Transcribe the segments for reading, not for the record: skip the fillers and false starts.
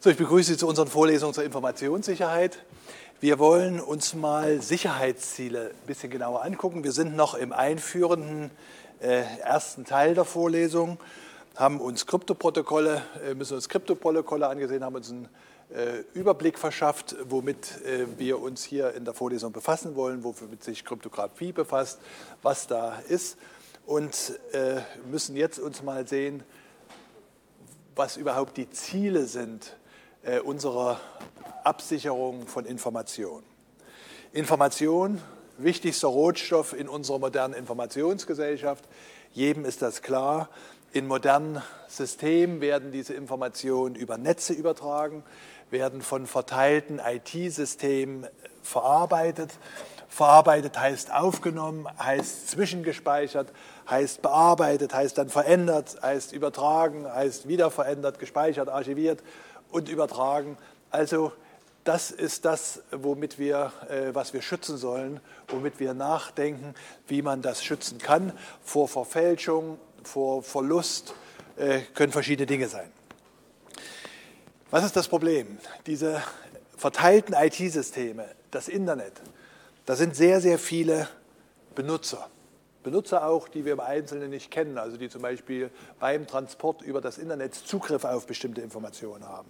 So, ich begrüße Sie zu unseren Vorlesungen zur Informationssicherheit. Wir wollen uns mal Sicherheitsziele ein bisschen genauer angucken. Wir sind noch im einführenden ersten Teil der Vorlesung, haben uns Kryptoprotokolle angesehen, haben uns einen Überblick verschafft, womit wir uns hier in der Vorlesung befassen wollen, womit sich Kryptographie befasst, was da ist, und müssen jetzt uns mal sehen, was überhaupt die Ziele sind unserer Absicherung von Information. Information, wichtigster Rohstoff in unserer modernen Informationsgesellschaft. Jedem ist das klar. In modernen Systemen werden diese Informationen über Netze übertragen, werden von verteilten IT-Systemen verarbeitet. Verarbeitet heißt aufgenommen, heißt zwischengespeichert, heißt bearbeitet, heißt dann verändert, heißt übertragen, heißt wieder verändert, gespeichert, archiviert und übertragen. Also das ist das, was wir schützen sollen, womit wir nachdenken, wie man das schützen kann. Vor Verfälschung, vor Verlust können verschiedene Dinge sein. Was ist das Problem? Diese verteilten IT-Systeme, das Internet, da sind sehr, sehr viele Benutzer. Benutzer auch, die wir im Einzelnen nicht kennen, also die zum Beispiel beim Transport über das Internet Zugriff auf bestimmte Informationen haben.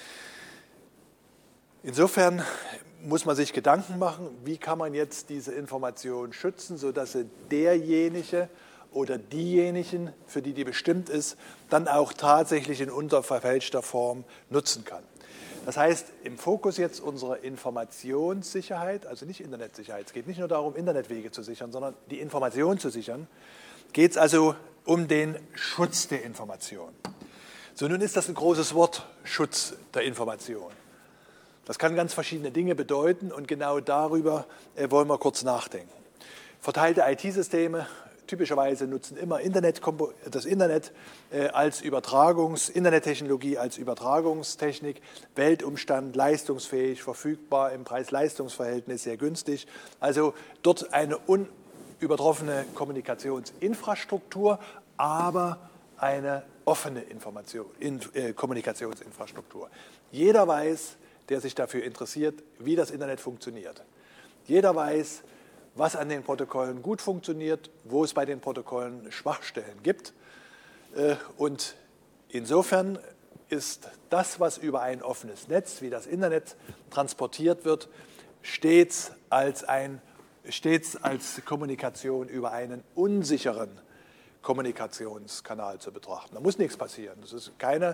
Insofern muss man sich Gedanken machen, wie kann man jetzt diese Information schützen, sodass sie derjenige oder diejenigen, für die bestimmt ist, dann auch tatsächlich in unverfälschter Form nutzen kann. Das heißt, im Fokus jetzt unserer Informationssicherheit, also nicht Internetsicherheit, es geht nicht nur darum, Internetwege zu sichern, sondern die Information zu sichern, geht es also um den Schutz der Information. So, nun ist das ein großes Wort, Schutz der Information. Das kann ganz verschiedene Dinge bedeuten und genau darüber wollen wir kurz nachdenken. Verteilte IT-Systeme typischerweise nutzen immer das Internet als Internettechnologie als Übertragungstechnik, Weltumstand, leistungsfähig, verfügbar, im Preis-Leistungs-Verhältnis sehr günstig. Also dort eine unübertroffene Kommunikationsinfrastruktur, aber eine offene Kommunikationsinfrastruktur. Jeder weiß, der sich dafür interessiert, wie das Internet funktioniert. Jeder weiß, was an den Protokollen gut funktioniert, wo es bei den Protokollen Schwachstellen gibt. Und insofern ist das, was über ein offenes Netz wie das Internet transportiert wird, stets als Kommunikation über einen unsicheren Kommunikationskanal zu betrachten. Da muss nichts passieren. Das ist kein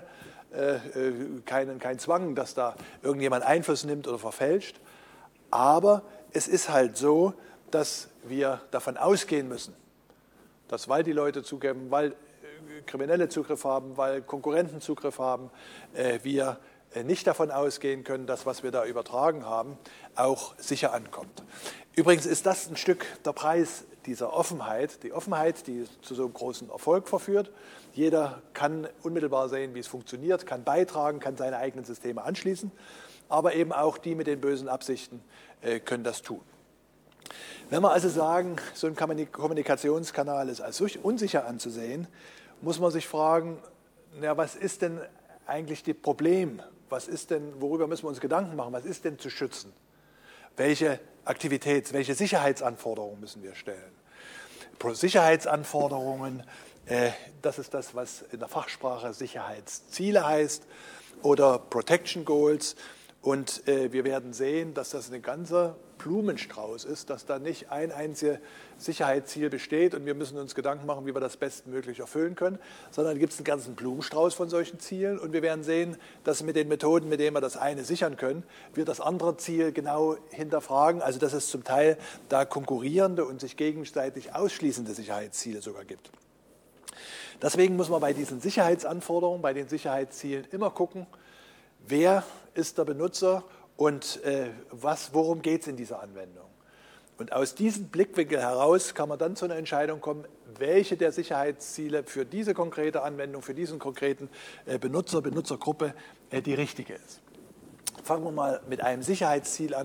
Zwang, dass da irgendjemand Einfluss nimmt oder verfälscht. Aber es ist halt so, dass wir davon ausgehen müssen, dass, weil die Leute zugeben, weil Kriminelle Zugriff haben, weil Konkurrenten Zugriff haben, wir nicht davon ausgehen können, dass was wir da übertragen haben, auch sicher ankommt. Übrigens ist das ein Stück der Preis dieser Offenheit, die Offenheit, die zu so einem großen Erfolg verführt. Jeder kann unmittelbar sehen, wie es funktioniert, kann beitragen, kann seine eigenen Systeme anschließen, aber eben auch die mit den bösen Absichten können das tun. Wenn wir also sagen, so ein Kommunikationskanal ist als unsicher anzusehen, muss man sich fragen, ja, was ist denn eigentlich das Problem? Worüber müssen wir uns Gedanken machen? Was ist denn zu schützen? Welche welche Sicherheitsanforderungen müssen wir stellen? Sicherheitsanforderungen, das ist das, was in der Fachsprache Sicherheitsziele heißt oder Protection Goals. Und wir werden sehen, dass das ein ganzer Blumenstrauß ist, dass da nicht ein einziges Sicherheitsziel besteht und wir müssen uns Gedanken machen, wie wir das bestmöglich erfüllen können, sondern gibt es einen ganzen Blumenstrauß von solchen Zielen und wir werden sehen, dass mit den Methoden, mit denen wir das eine sichern können, wir das andere Ziel genau hinterfragen, also dass es zum Teil da konkurrierende und sich gegenseitig ausschließende Sicherheitsziele sogar gibt. Deswegen muss man bei diesen Sicherheitsanforderungen, bei den Sicherheitszielen immer gucken, wer ist der Benutzer und worum geht es in dieser Anwendung. Und aus diesem Blickwinkel heraus kann man dann zu einer Entscheidung kommen, welche der Sicherheitsziele für diese konkrete Anwendung, für diesen konkreten Benutzergruppe die richtige ist. Fangen wir mal mit einem Sicherheitsziel an,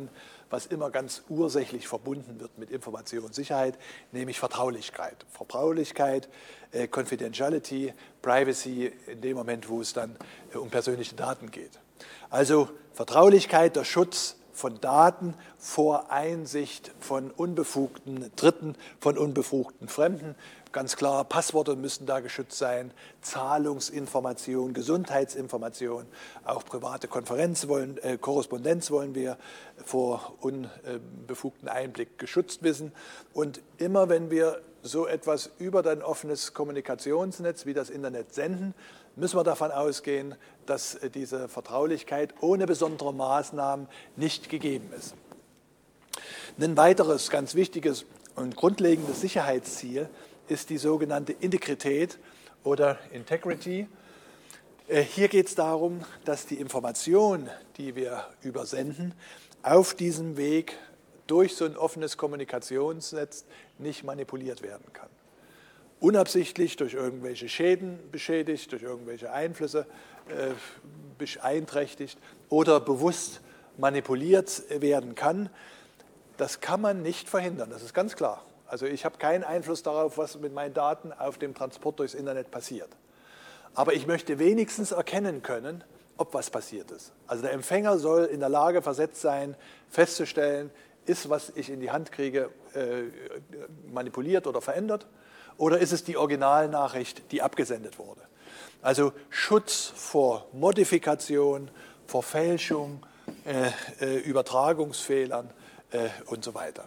was immer ganz ursächlich verbunden wird mit Informationssicherheit, nämlich Vertraulichkeit. Vertraulichkeit, Confidentiality, Privacy in dem Moment, wo es dann um persönliche Daten geht. Also Vertraulichkeit, der Schutz von Daten vor Einsicht von unbefugten Dritten, von unbefugten Fremden. Ganz klar, Passworte müssen da geschützt sein, Zahlungsinformationen, Gesundheitsinformationen, auch private Korrespondenz wollen wir vor unbefugten Einblick geschützt wissen. Und immer wenn wir so etwas über ein offenes Kommunikationsnetz wie das Internet senden, müssen wir davon ausgehen, dass diese Vertraulichkeit ohne besondere Maßnahmen nicht gegeben ist. Ein weiteres ganz wichtiges und grundlegendes Sicherheitsziel ist die sogenannte Integrität oder Integrity. Hier geht es darum, dass die Information, die wir übersenden, auf diesem Weg durch so ein offenes Kommunikationsnetz nicht manipuliert werden kann. Unabsichtlich durch irgendwelche Schäden beschädigt, durch irgendwelche Einflüsse beeinträchtigt oder bewusst manipuliert werden kann. Das kann man nicht verhindern, das ist ganz klar. Also ich habe keinen Einfluss darauf, was mit meinen Daten auf dem Transport durchs Internet passiert. Aber ich möchte wenigstens erkennen können, ob was passiert ist. Also der Empfänger soll in der Lage versetzt sein, festzustellen, ist, was ich in die Hand kriege, manipuliert oder verändert, oder ist es die Originalnachricht, die abgesendet wurde. Also Schutz vor Modifikation, vor Fälschung, Übertragungsfehlern und so weiter.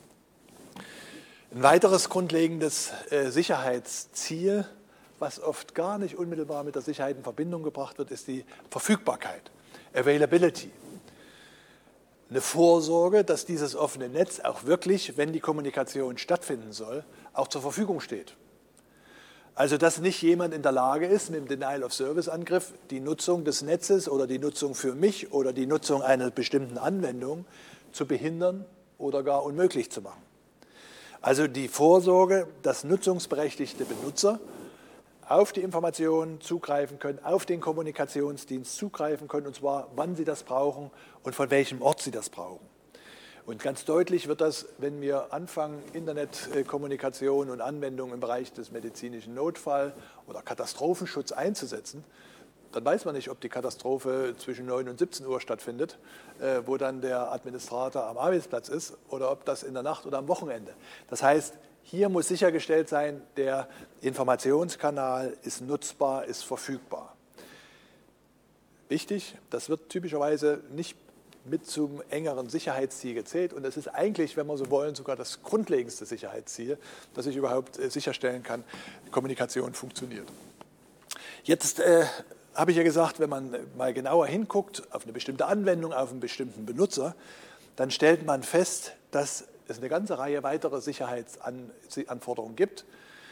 Ein weiteres grundlegendes Sicherheitsziel, was oft gar nicht unmittelbar mit der Sicherheit in Verbindung gebracht wird, ist die Verfügbarkeit, Availability. Eine Vorsorge, dass dieses offene Netz auch wirklich, wenn die Kommunikation stattfinden soll, auch zur Verfügung steht. Also dass nicht jemand in der Lage ist, mit dem Denial-of-Service-Angriff die Nutzung des Netzes oder die Nutzung für mich oder die Nutzung einer bestimmten Anwendung zu behindern oder gar unmöglich zu machen. Also die Vorsorge, dass nutzungsberechtigte Benutzer auf die Informationen zugreifen können, auf den Kommunikationsdienst zugreifen können, und zwar wann sie das brauchen und von welchem Ort sie das brauchen. Und ganz deutlich wird das, wenn wir anfangen, Internetkommunikation und Anwendungen im Bereich des medizinischen Notfall- oder Katastrophenschutz einzusetzen, dann weiß man nicht, ob die Katastrophe zwischen 9 und 17 Uhr stattfindet, wo dann der Administrator am Arbeitsplatz ist, oder ob das in der Nacht oder am Wochenende. Das heißt, hier muss sichergestellt sein, der Informationskanal ist nutzbar, ist verfügbar. Wichtig, das wird typischerweise nicht mit zum engeren Sicherheitsziel gezählt, und es ist eigentlich, wenn wir so wollen, sogar das grundlegendste Sicherheitsziel, dass ich überhaupt sicherstellen kann, Kommunikation funktioniert. Jetzt habe ich ja gesagt, wenn man mal genauer hinguckt auf eine bestimmte Anwendung, auf einen bestimmten Benutzer, dann stellt man fest, dass es eine ganze Reihe weiterer Sicherheitsanforderungen gibt,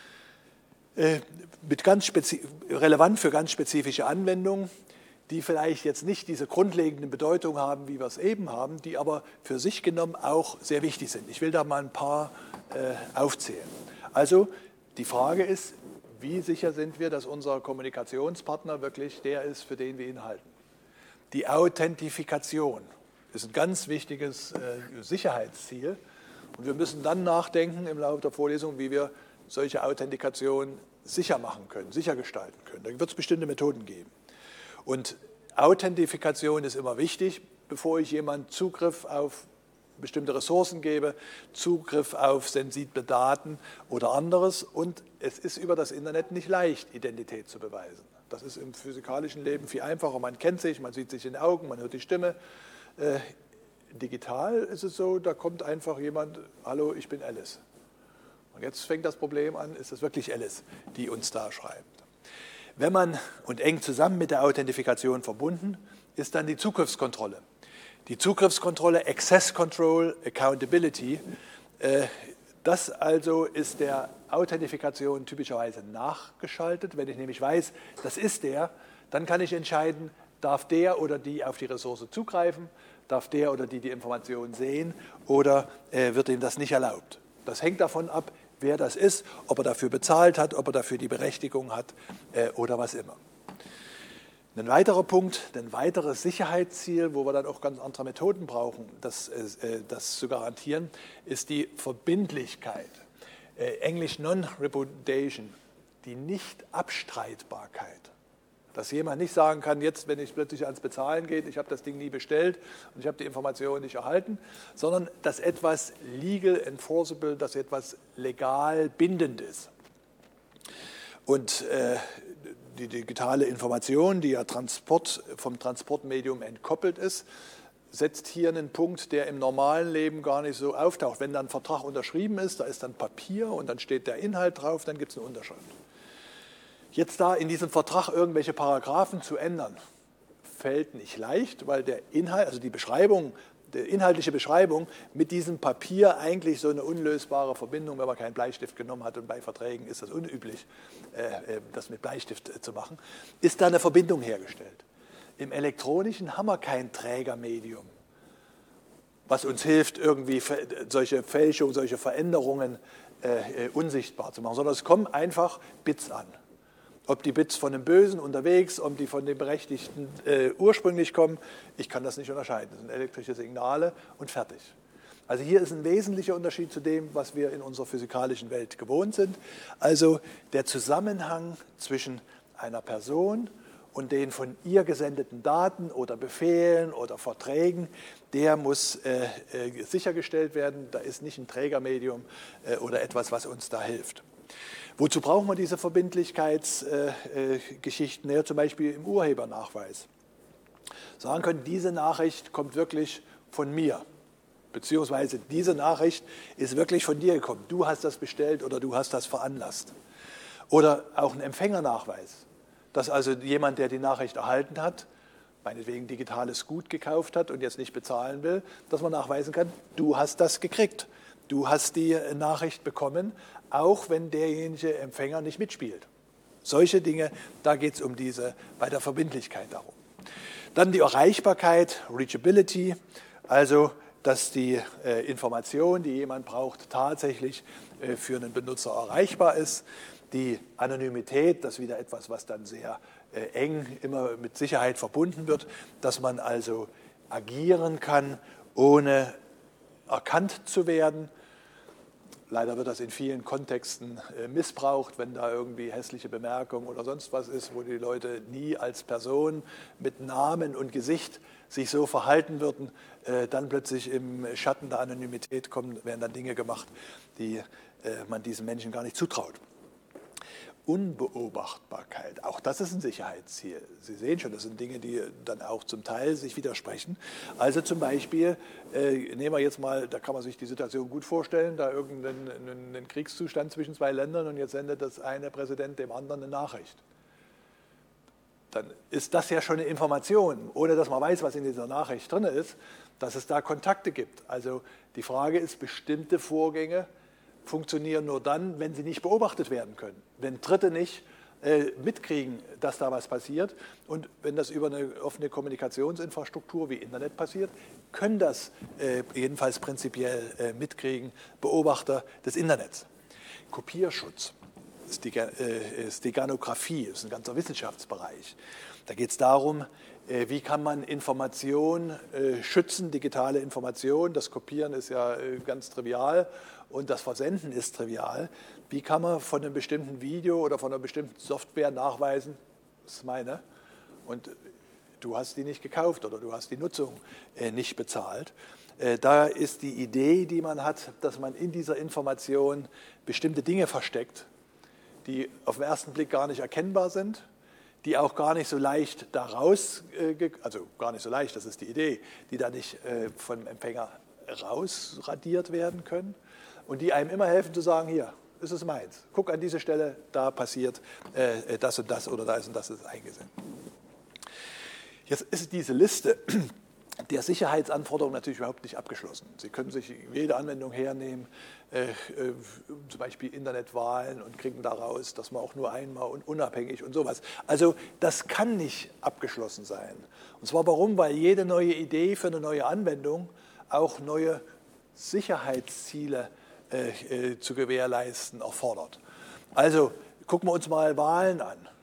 relevant für ganz spezifische Anwendungen, die vielleicht jetzt nicht diese grundlegende Bedeutung haben, wie wir es eben haben, die aber für sich genommen auch sehr wichtig sind. Ich will da mal ein paar aufzählen. Also die Frage ist, wie sicher sind wir, dass unser Kommunikationspartner wirklich der ist, für den wir ihn halten? Die Authentifikation ist ein ganz wichtiges Sicherheitsziel. Und wir müssen dann nachdenken im Laufe der Vorlesung, wie wir solche Authentikation sicher machen können, sicher gestalten können. Da wird es bestimmte Methoden geben. Und Authentifikation ist immer wichtig, bevor ich jemandem Zugriff auf bestimmte Ressourcen gebe, Zugriff auf sensible Daten oder anderes. Und es ist über das Internet nicht leicht, Identität zu beweisen. Das ist im physikalischen Leben viel einfacher. Man kennt sich, man sieht sich in den Augen, man hört die Stimme. Digital ist es so, da kommt einfach jemand, hallo, ich bin Alice. Und jetzt fängt das Problem an, ist es wirklich Alice, die uns da schreibt. Wenn man, und eng zusammen mit der Authentifikation verbunden, ist dann die Zugriffskontrolle. Die Zugriffskontrolle, Access Control, Accountability, das also ist der Authentifikation typischerweise nachgeschaltet. Wenn ich nämlich weiß, das ist der, dann kann ich entscheiden, darf der oder die auf die Ressource zugreifen, darf der oder die Informationen sehen oder wird ihm das nicht erlaubt. Das hängt davon ab, wer das ist, ob er dafür bezahlt hat, ob er dafür die Berechtigung hat oder was immer. Ein weiterer Punkt, ein weiteres Sicherheitsziel, wo wir dann auch ganz andere Methoden brauchen, das zu garantieren, ist die Verbindlichkeit. Englisch Non-Repudiation, die Nicht-Abstreitbarkeit. Dass jemand nicht sagen kann, jetzt, wenn ich plötzlich ans Bezahlen gehe, ich habe das Ding nie bestellt und ich habe die Informationen nicht erhalten, sondern dass etwas legal enforceable, dass etwas legal bindend ist. Und die digitale Information, die ja vom Transportmedium entkoppelt ist, setzt hier einen Punkt, der im normalen Leben gar nicht so auftaucht. Wenn dann ein Vertrag unterschrieben ist, da ist dann Papier und dann steht der Inhalt drauf, dann gibt es eine Unterschrift. Jetzt da in diesem Vertrag irgendwelche Paragraphen zu ändern, fällt nicht leicht, weil der Inhalt, also die Beschreibung, die inhaltliche Beschreibung mit diesem Papier eigentlich so eine unlösbare Verbindung, wenn man keinen Bleistift genommen hat, und bei Verträgen ist das unüblich, das mit Bleistift zu machen, ist da eine Verbindung hergestellt. Im Elektronischen haben wir kein Trägermedium, was uns hilft, irgendwie solche Fälschungen, solche Veränderungen unsichtbar zu machen, sondern es kommen einfach Bits an. Ob die Bits von dem Bösen unterwegs, ob die von dem Berechtigten ursprünglich kommen, ich kann das nicht unterscheiden. Das sind elektrische Signale und fertig. Also hier ist ein wesentlicher Unterschied zu dem, was wir in unserer physikalischen Welt gewohnt sind. Also der Zusammenhang zwischen einer Person und den von ihr gesendeten Daten oder Befehlen oder Verträgen, der muss sichergestellt werden. Da ist nicht ein Trägermedium oder etwas, was uns da hilft. Wozu brauchen wir diese Verbindlichkeitsgeschichten? Ja, zum Beispiel im Urhebernachweis. Sagen können, diese Nachricht kommt wirklich von mir. Beziehungsweise diese Nachricht ist wirklich von dir gekommen. Du hast das bestellt oder du hast das veranlasst. Oder auch ein Empfängernachweis. Dass also jemand, der die Nachricht erhalten hat, meinetwegen digitales Gut gekauft hat und jetzt nicht bezahlen will, dass man nachweisen kann, du hast das gekriegt. Du hast die Nachricht bekommen, auch wenn derjenige Empfänger nicht mitspielt. Solche Dinge, da geht es bei der Verbindlichkeit darum. Dann die Erreichbarkeit, Reachability, also dass die Information, die jemand braucht, tatsächlich für einen Benutzer erreichbar ist. Die Anonymität, das ist wieder etwas, was dann sehr eng immer mit Sicherheit verbunden wird, dass man also agieren kann, ohne erkannt zu werden. Leider wird das in vielen Kontexten missbraucht, wenn da irgendwie hässliche Bemerkungen oder sonst was ist, wo die Leute nie als Person mit Namen und Gesicht sich so verhalten würden, dann plötzlich im Schatten der Anonymität werden dann Dinge gemacht, die man diesen Menschen gar nicht zutraut. Unbeobachtbarkeit, auch das ist ein Sicherheitsziel. Sie sehen schon, das sind Dinge, die dann auch zum Teil sich widersprechen. Also zum Beispiel, nehmen wir jetzt mal, da kann man sich die Situation gut vorstellen, da irgendeinen Kriegszustand zwischen zwei Ländern und jetzt sendet das eine Präsident dem anderen eine Nachricht. Dann ist das ja schon eine Information, ohne dass man weiß, was in dieser Nachricht drin ist, dass es da Kontakte gibt. Also die Frage ist, bestimmte Vorgänge funktionieren nur dann, wenn sie nicht beobachtet werden können. Wenn Dritte nicht mitkriegen, dass da was passiert. Und wenn das über eine offene Kommunikationsinfrastruktur wie Internet passiert, können das jedenfalls prinzipiell mitkriegen Beobachter des Internets. Kopierschutz ist Steganographie, ist ein ganzer Wissenschaftsbereich. Da geht es darum, wie kann man Information schützen, digitale Information. Das Kopieren ist ja ganz trivial und das Versenden ist trivial. Wie kann man von einem bestimmten Video oder von einer bestimmten Software nachweisen, das ist meine, und du hast die nicht gekauft oder du hast die Nutzung nicht bezahlt. Da ist die Idee, die man hat, dass man in dieser Information bestimmte Dinge versteckt, die auf den ersten Blick gar nicht erkennbar sind, die auch gar nicht so leicht daraus, also gar nicht so leicht, das ist die Idee, die da nicht vom Empfänger rausradiert werden können und die einem immer helfen zu sagen, hier, ist es meins, guck an diese Stelle, da passiert das und das oder da ist und das ist eingesendet. Jetzt ist diese Liste der Sicherheitsanforderungen natürlich überhaupt nicht abgeschlossen. Sie können sich jede Anwendung hernehmen, zum Beispiel Internetwahlen und kriegen daraus, dass man auch nur einmal und unabhängig und sowas. Also das kann nicht abgeschlossen sein. Und zwar warum? Weil jede neue Idee für eine neue Anwendung auch neue Sicherheitsziele zu gewährleisten erfordert. Also gucken wir uns mal Wahlen an.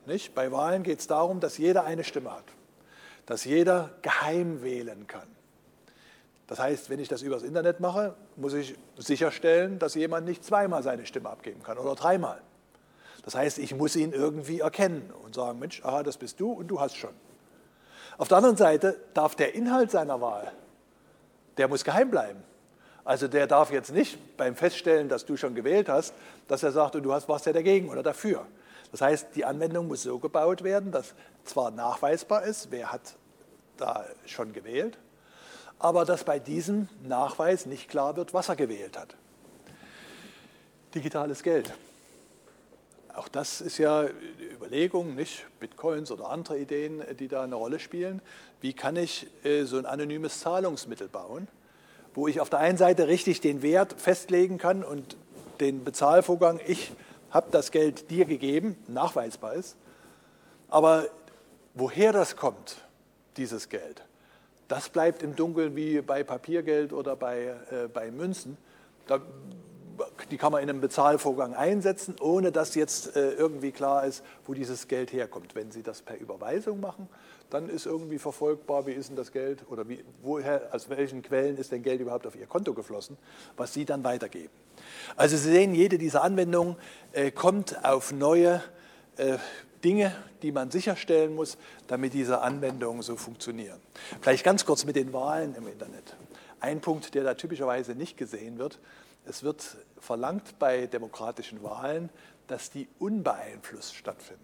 nicht? Bei Wahlen geht es darum, dass jeder eine Stimme hat, dass jeder geheim wählen kann. Das heißt, wenn ich das übers Internet mache, muss ich sicherstellen, dass jemand nicht zweimal seine Stimme abgeben kann oder dreimal. Das heißt, ich muss ihn irgendwie erkennen und sagen, Mensch, aha, das bist du und du hast schon. Auf der anderen Seite darf der Inhalt seiner Wahl, der muss geheim bleiben. Also der darf jetzt nicht beim Feststellen, dass du schon gewählt hast, dass er sagt, und du warst ja dagegen oder dafür. Das heißt, die Anwendung muss so gebaut werden, dass zwar nachweisbar ist, wer hat da schon gewählt, aber dass bei diesem Nachweis nicht klar wird, was er gewählt hat. Digitales Geld. Auch das ist ja eine Überlegung, nicht? Bitcoins oder andere Ideen, die da eine Rolle spielen. Wie kann ich so ein anonymes Zahlungsmittel bauen, wo ich auf der einen Seite richtig den Wert festlegen kann und den Bezahlvorgang, ich habe das Geld dir gegeben, nachweisbar ist. Aber woher das kommt, dieses Geld, das bleibt im Dunkeln wie bei Papiergeld oder bei Münzen. Die kann man in einem Bezahlvorgang einsetzen, ohne dass jetzt irgendwie klar ist, wo dieses Geld herkommt. Wenn Sie das per Überweisung machen, dann ist irgendwie verfolgbar, wie ist denn das Geld oder woher, aus welchen Quellen ist denn Geld überhaupt auf Ihr Konto geflossen, was Sie dann weitergeben. Also Sie sehen, jede dieser Anwendungen kommt auf neue Dinge, die man sicherstellen muss, damit diese Anwendungen so funktionieren. Vielleicht ganz kurz mit den Wahlen im Internet. Ein Punkt, der da typischerweise nicht gesehen wird: Es wird verlangt bei demokratischen Wahlen, dass die unbeeinflusst stattfinden.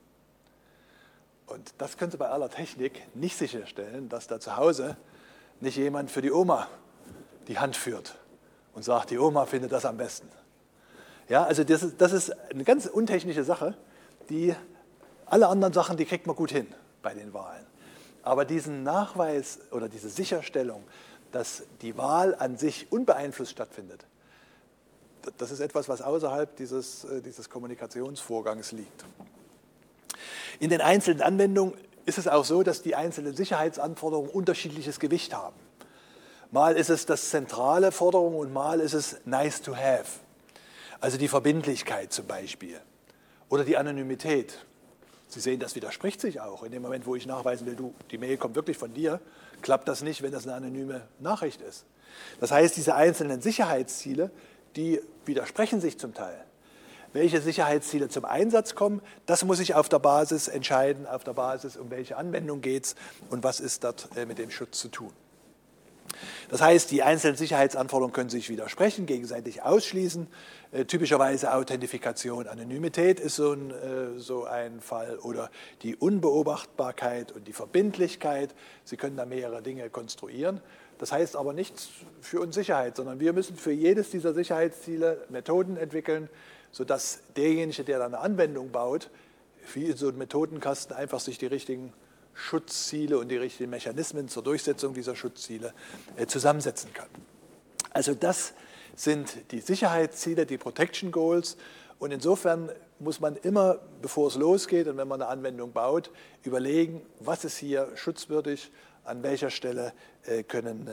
Und das können Sie bei aller Technik nicht sicherstellen, dass da zu Hause nicht jemand für die Oma die Hand führt und sagt, die Oma findet das am besten. Ja, also das ist eine ganz untechnische Sache, alle anderen Sachen, die kriegt man gut hin bei den Wahlen. Aber diesen Nachweis oder diese Sicherstellung, dass die Wahl an sich unbeeinflusst stattfindet, das ist etwas, was außerhalb dieses Kommunikationsvorgangs liegt. In den einzelnen Anwendungen ist es auch so, dass die einzelnen Sicherheitsanforderungen unterschiedliches Gewicht haben. Mal ist es das zentrale Forderung und mal ist es nice to have. Also die Verbindlichkeit zum Beispiel oder die Anonymität. Sie sehen, das widerspricht sich auch. In dem Moment, wo ich nachweisen will, die Mail kommt wirklich von dir, klappt das nicht, wenn das eine anonyme Nachricht ist. Das heißt, diese einzelnen Sicherheitsziele, die widersprechen sich zum Teil. Welche Sicherheitsziele zum Einsatz kommen, das muss ich auf der Basis entscheiden, auf der Basis, um welche Anwendung geht es und was ist dort mit dem Schutz zu tun. Das heißt, die einzelnen Sicherheitsanforderungen können sich widersprechen, gegenseitig ausschließen. Typischerweise Authentifikation, Anonymität ist so ein Fall oder die Unbeobachtbarkeit und die Verbindlichkeit. Sie können da mehrere Dinge konstruieren. Das heißt aber nichts für uns Sicherheit, sondern wir müssen für jedes dieser Sicherheitsziele Methoden entwickeln, sodass derjenige, der da eine Anwendung baut, wie in so einem Methodenkasten einfach sich die richtigen Schutzziele und die richtigen Mechanismen zur Durchsetzung dieser Schutzziele zusammensetzen kann. Also das sind die Sicherheitsziele, die Protection Goals. Und insofern muss man immer, bevor es losgeht und wenn man eine Anwendung baut, überlegen, was ist hier schutzwürdig, an welcher Stelle können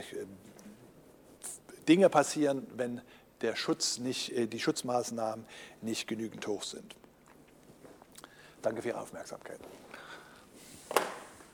Dinge passieren, wenn der Schutz die Schutzmaßnahmen nicht genügend hoch sind. Danke für Ihre Aufmerksamkeit.